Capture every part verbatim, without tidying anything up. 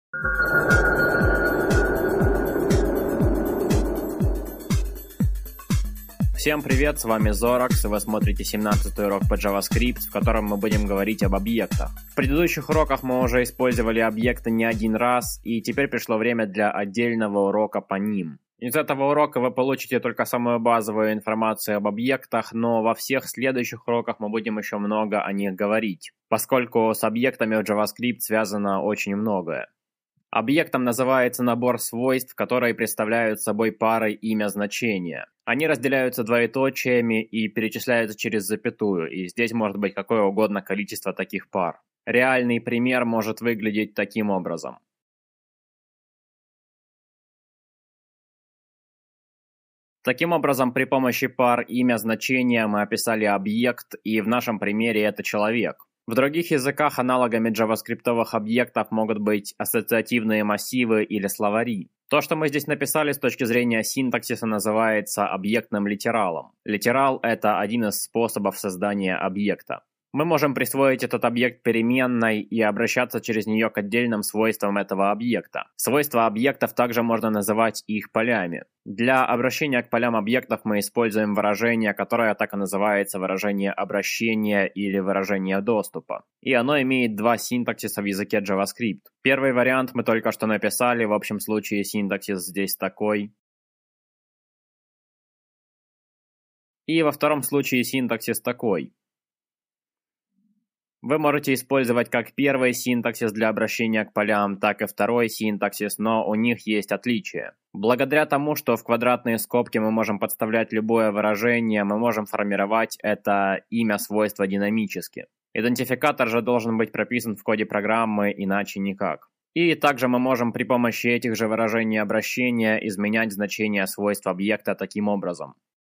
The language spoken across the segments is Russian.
Всем привет, с вами Zorax, и вы смотрите семнадцатый урок по JavaScript, в котором мы будем говорить об объектах. В предыдущих уроках мы уже использовали объекты не один раз, и теперь пришло время для отдельного урока по ним. Из этого урока вы получите только самую базовую информацию об объектах, но во всех следующих уроках мы будем еще много о них говорить, поскольку с объектами в JavaScript связано очень многое. Объектом называется набор свойств, которые представляют собой пары имя-значение. Они разделяются двоеточиями и перечисляются через запятую, и здесь может быть какое угодно количество таких пар. Реальный пример может выглядеть таким образом. Таким образом, при помощи пар имя-значение мы описали объект, и в нашем примере это человек. В других языках аналогами джаваскриптовых объектов могут быть ассоциативные массивы или словари. То, что мы здесь написали с точки зрения синтаксиса, называется объектным литералом. Литерал – это один из способов создания объекта. Мы можем присвоить этот объект переменной и обращаться через нее к отдельным свойствам этого объекта. Свойства объектов также можно называть их полями. Для обращения к полям объектов мы используем выражение, которое так и называется выражение обращения или выражение доступа. И оно имеет два синтаксиса в языке JavaScript. Первый вариант мы только что написали, в общем случае синтаксис здесь такой. И во втором случае синтаксис такой. Вы можете использовать как первый синтаксис для обращения к полям, так и второй синтаксис, но у них есть отличия. Благодаря тому, что в квадратные скобки мы можем подставлять любое выражение, мы можем формировать это имя свойства динамически. Идентификатор же должен быть прописан в коде программы, иначе никак. И также мы можем при помощи этих же выражений обращения изменять значение свойств объекта таким образом.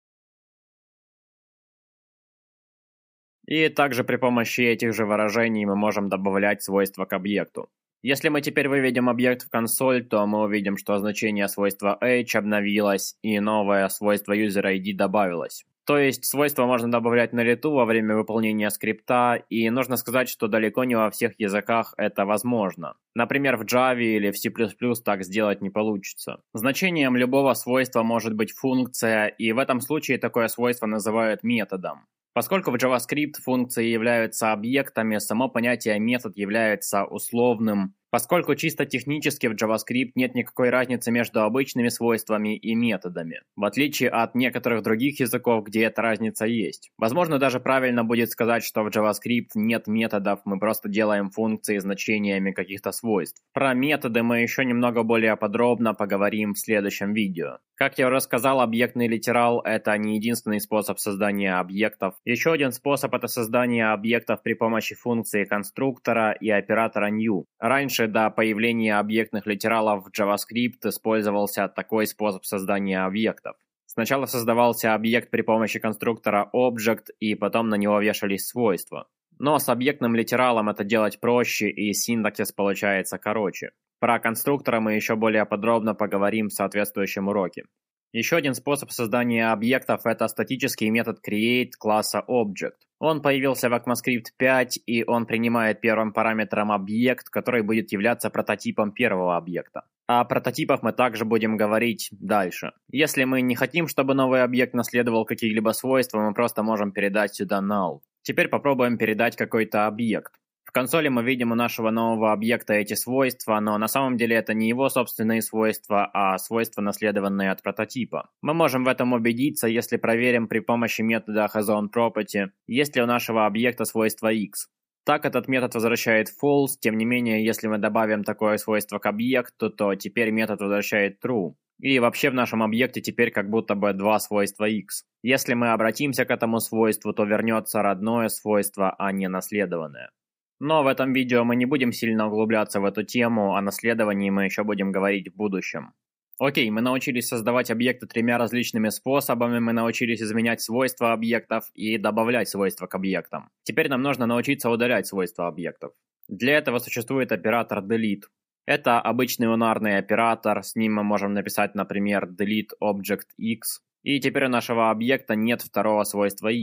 И также при помощи этих же выражений мы можем добавлять свойства к объекту. Если мы теперь выведем объект в консоль, то мы увидим, что значение свойства age обновилось и новое свойство user-id добавилось. То есть свойства можно добавлять на лету во время выполнения скрипта, и нужно сказать, что далеко не во всех языках это возможно. Например, в Java или в C++ так сделать не получится. Значением любого свойства может быть функция, и в этом случае такое свойство называют методом. Поскольку в JavaScript функции являются объектами, само понятие метод является условным. Поскольку чисто технически в JavaScript нет никакой разницы между обычными свойствами и методами, в отличие от некоторых других языков, где эта разница есть. Возможно, даже правильно будет сказать, что в JavaScript нет методов, мы просто делаем функции значениями каких-то свойств. Про методы мы еще немного более подробно поговорим в следующем видео. Как я уже сказал, объектный литерал – это не единственный способ создания объектов. Еще один способ – это создание объектов при помощи функции конструктора и оператора new. Раньше, до появления объектных литералов в JavaScript, использовался такой способ создания объектов. Сначала создавался объект при помощи конструктора object, и потом на него вешались свойства. Но с объектным литералом это делать проще, и синтаксис получается короче. Про конструктора мы еще более подробно поговорим в соответствующем уроке. Еще один способ создания объектов – это статический метод create класса object. Он появился в ECMAScript пять, и он принимает первым параметром объект, который будет являться прототипом первого объекта. О прототипах мы также будем говорить дальше. Если мы не хотим, чтобы новый объект наследовал какие-либо свойства, мы просто можем передать сюда null. Теперь попробуем передать какой-то объект. В консоли мы видим у нашего нового объекта эти свойства, но на самом деле это не его собственные свойства, а свойства, наследованные от прототипа. Мы можем в этом убедиться, если проверим при помощи метода hasOwnProperty, есть ли у нашего объекта свойство x. Так этот метод возвращает false, тем не менее, если мы добавим такое свойство к объекту, то теперь метод возвращает true. И вообще в нашем объекте теперь как будто бы два свойства x. Если мы обратимся к этому свойству, то вернется родное свойство, а не наследованное. Но в этом видео мы не будем сильно углубляться в эту тему, о наследовании мы еще будем говорить в будущем. Окей, мы научились создавать объекты тремя различными способами, мы научились изменять свойства объектов и добавлять свойства к объектам. Теперь нам нужно научиться удалять свойства объектов. Для этого существует оператор delete. Это обычный унарный оператор, с ним мы можем написать, например, delete object x. И теперь у нашего объекта нет второго свойства x.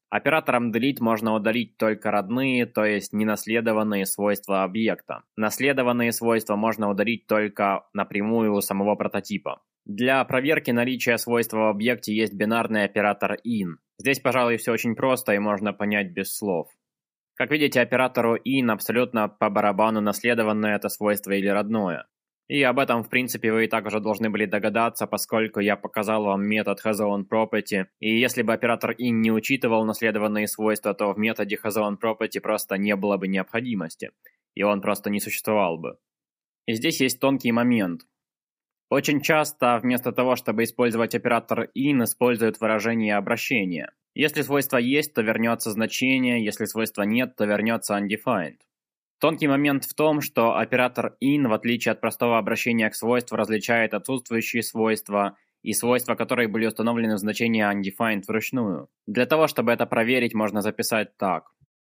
Оператором delete можно удалить только родные, то есть ненаследованные свойства объекта. Наследованные свойства можно удалить только напрямую у самого прототипа. Для проверки наличия свойства в объекте есть бинарный оператор in. Здесь, пожалуй, все очень просто и можно понять без слов. Как видите, оператору in абсолютно по барабану, наследованное это свойство или родное. И об этом, в принципе, вы и так уже должны были догадаться, поскольку я показал вам метод hasOwnProperty, и если бы оператор in не учитывал наследованные свойства, то в методе hasOwnProperty просто не было бы необходимости, и он просто не существовал бы. И здесь есть тонкий момент. Очень часто вместо того, чтобы использовать оператор in, используют выражение обращения. Если свойство есть, то вернется значение, если свойства нет, то вернется undefined. Тонкий момент в том, что оператор in, в отличие от простого обращения к свойству, различает отсутствующие свойства и свойства, которые были установлены в значении undefined вручную. Для того, чтобы это проверить, можно записать так.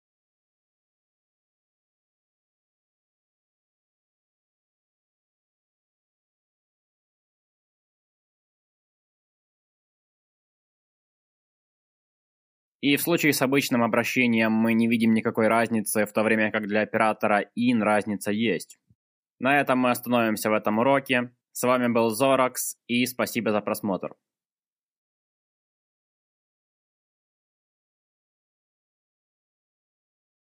И в случае с обычным обращением мы не видим никакой разницы, в то время как для оператора in разница есть. На этом мы остановимся в этом уроке. С вами был Zorax, и спасибо за просмотр.